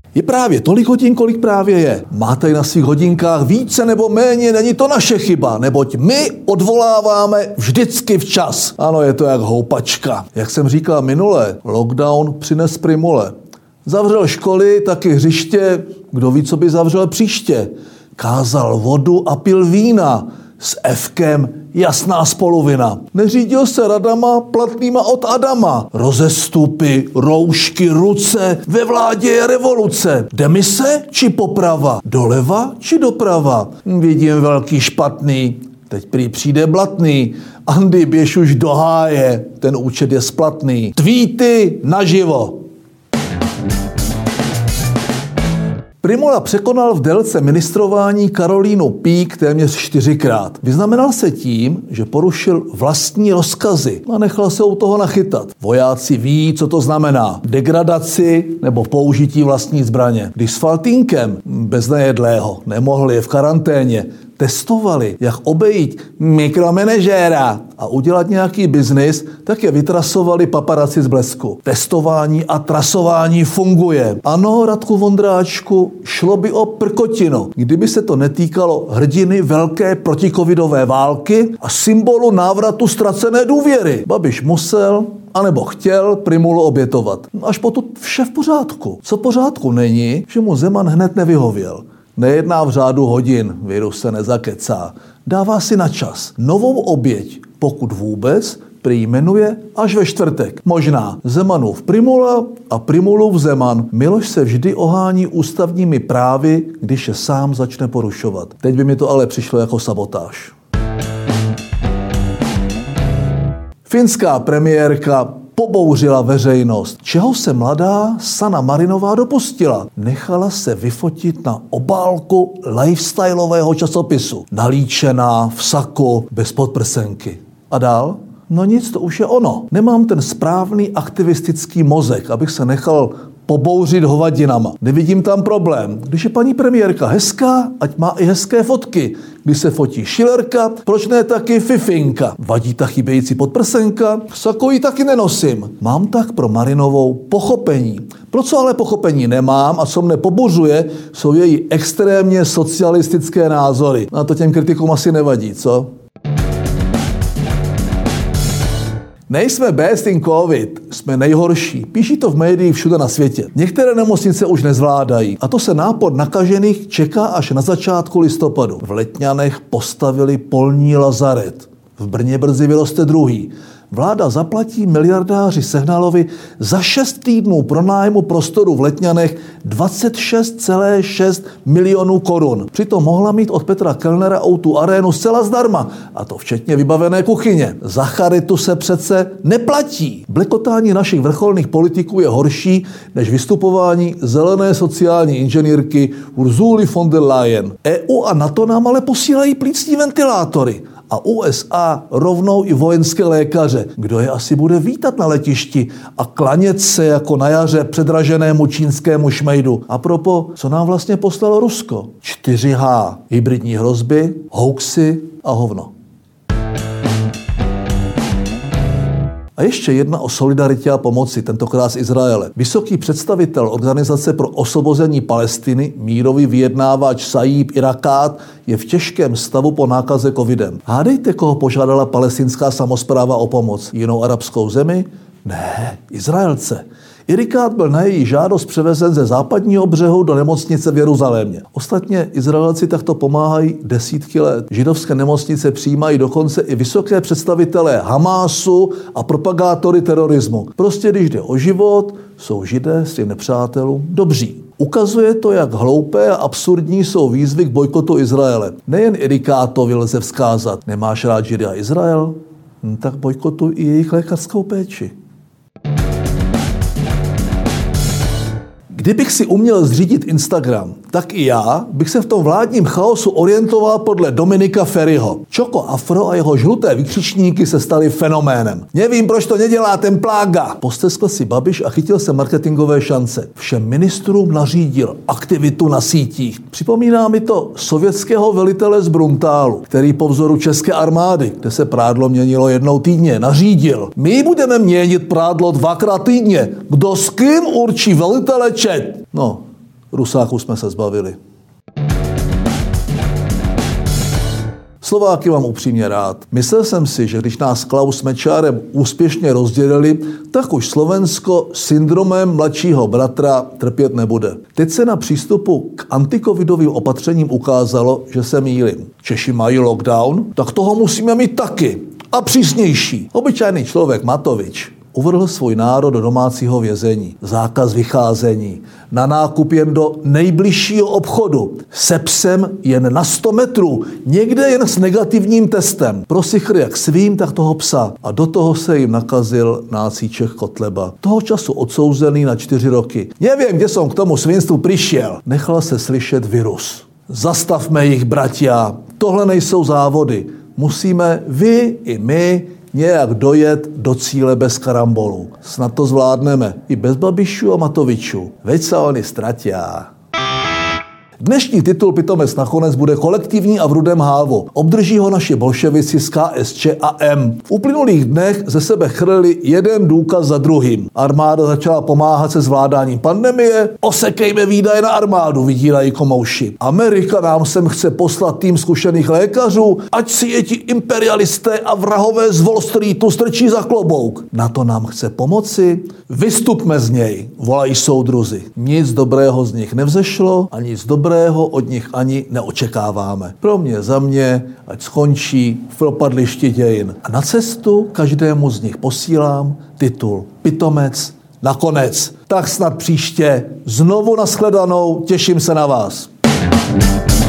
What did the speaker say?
Je právě tolik hodin, kolik právě je. Máte na svých hodinkách více nebo méně, není to naše chyba, neboť my odvoláváme vždycky včas. Ano, je to jak houpačka. Jak jsem říkal minule, lockdown přines primule. Zavřel školy, taky hřiště, kdo ví, co by zavřel příště. Kázal vodu a pil vína. S Fkem jasná spoluvina. Neřídil se radama platnýma od Adama. Rozestupy, roušky, ruce, ve vládě je revoluce. Demise či poprava? Doleva či doprava? Vidím velký špatný. Teď prý přijde blatný. Andy, běž už do háje, ten účet je splatný. Tweety naživo. Prymula překonal v délce ministrování Karolínu Pík téměř 4krát. Vyznamenal se tím, že porušil vlastní rozkazy a nechal se u toho nachytat. Vojáci ví, co to znamená. Degradaci nebo použití vlastní zbraně. Když s Faltýnkem, bez nejedlého, nemohli, je v karanténě, testovali, jak obejít mikromanažéra a udělat nějaký biznis, tak je vytrasovali paparaci z Blesku. Testování a trasování funguje. Ano, Radku Vondráčku, šlo by o prkotinu, kdyby se to netýkalo hrdiny velké protikovidové války a symbolu návratu ztracené důvěry. Babiš musel, anebo chtěl Prymulu obětovat. Až potud vše v pořádku. Co v pořádku není, že mu Zeman hned nevyhověl. Nejedná v řádu hodin, virus se nezakecá. Dává si na čas. Novou oběť, pokud vůbec, prý jmenuje až ve čtvrtek. Možná Zemanův Prymula a Prymulův Zeman. Miloš se vždy ohání ústavními právy, když je sám začne porušovat. Teď by mi to ale přišlo jako sabotáž. Finská premiérka pobouřila veřejnost. Čeho se mladá Sanna Marinová dopustila? Nechala se vyfotit na obálku lifestyleového časopisu. Nalíčená, v saku, bez podprsenky. A dál? No nic, to už je ono. Nemám ten správný aktivistický mozek, abych se nechal pobouřit hovadinama. Nevidím tam problém. Když je paní premiérka hezká, ať má i hezké fotky. Když se fotí Schillerka, proč ne taky Fifinka? Vadí ta chybějící podprsenka? Sako ji taky nenosím. Mám tak pro Marinovou pochopení. Pro co ale pochopení nemám a co mne pobuřuje, jsou její extrémně socialistické názory. A to těm kritikům asi nevadí, co? Nejsme best in covid, jsme nejhorší. Píší to v médiích všude na světě. Některé nemocnice už nezvládají a to se nápor nakažených čeká až na začátku listopadu. V Letňanech postavili polní lazaret. V Brně brzy vyroste druhý. Vláda zaplatí miliardáři Sehnalovi za 6 týdnů pronájmu prostoru v Letňanech 26,6 milionů korun. Přitom mohla mít od Petra Kellnera O2 Arénu zcela zdarma, a to včetně vybavené kuchyně. Za charitu se přece neplatí. Blekotání našich vrcholných politiků je horší než vystupování zelené sociální inženýrky Ursuly von der Leyen. EU a NATO nám ale posílají plicní ventilátory. A USA rovnou i vojenské lékaře. Kdo je asi bude vítat na letišti a klanět se jako na jaře předraženému čínskému šmejdu? A propo, co nám vlastně poslalo Rusko? 4H. Hybridní hrozby, hoaxy a hovno. A ještě jedna o solidaritě a pomoci, tentokrát z Izraele. Vysoký představitel Organizace pro osvobození Palestiny, mírový vyjednávač Saíb Irakát, je v těžkém stavu po nákaze covidem. Hádejte, koho požádala palestinská samospráva o pomoc? Jinou arabskou zemi? Ne, Izraelce. Irakát byl na její žádost převezen ze západního břehu do nemocnice v Jeruzalémě. Ostatně Izraelci takto pomáhají desítky let. Židovské nemocnice přijímají dokonce i vysoké představitelé Hamásu a propagátory terorismu. Prostě když jde o život, jsou Židé svým nepřátelům dobří. Ukazuje to, jak hloupé a absurdní jsou výzvy k bojkotu Izraele. Nejen Irakátovi lze vzkázat, nemáš rád Židy a Izrael? Tak bojkotuj i jejich lékařskou péči. Kdybych si uměl zřídit Instagram, tak i já bych se v tom vládním chaosu orientoval podle Dominika Feriho. Čoko Afro a jeho žluté vykřičníky se staly fenoménem. Nevím, proč to nedělá ten plága. Posteskl si Babiš a chytil se marketingové šance. Všem ministrům nařídil aktivitu na sítích. Připomíná mi to sovětského velitele z Bruntálu, který po vzoru české armády, kde se prádlo měnilo jednou týdně, nařídil. My budeme měnit prádlo 2krát týdně. Kdo s kým určí velitele čet? No, Rusáků jsme se zbavili. Slováky mám upřímně rád. Myslel jsem si, že když nás Klaus s Mečiarem úspěšně rozdělili, tak už Slovensko syndromem mladšího bratra trpět nebude. Teď se na přístupu k antikovidovým opatřením ukázalo, že se mýlím. Češi mají lockdown, tak toho musíme mít taky. A přísnější. Obyčejný člověk Matovič uvrhl svůj národ do domácího vězení. Zákaz vycházení. Na nákup jen do nejbližšího obchodu. Se psem jen na 100 metrů. Někde jen s negativním testem. Prosichr jak svým, tak toho psa. A do toho se jim nakazil nácíček Kotleba. Toho času odsouzený na 4 roky. Nevím, kde jsem k tomu svinstvu přišel. Nechal se slyšet virus. Zastavme jich, bratia. Tohle nejsou závody. Musíme vy i my nějak dojet do cíle bez karambolu. Snad to zvládneme. I bez Babišů a Matovičů. Veď se oni ztratia. Dnešní titul Pitomec nakonec bude kolektivní a v rudém hávu. Obdrží ho naši bolševici z KSČ a M. V uplynulých dnech ze sebe chrlili jeden důkaz za druhým. Armáda začala pomáhat se zvládáním pandemie. Osekejme výdaje na armádu, vydírají komouši. Amerika nám sem chce poslat tým zkušených lékařů, ať si je ti imperialisté a vrahové z Wall Streetu strčí za klobouk. Na to nám chce pomoci? Vystupme z něj, volají soudruzi. Nic dobrého z nich nevzešlo a nic dobrého od nich ani neočekáváme. Pro mě, za mě, ať skončí v propadlišti dějin. A na cestu každému z nich posílám titul Pitomec nakonec. Tak snad příště znovu nashledanou, těším se na vás.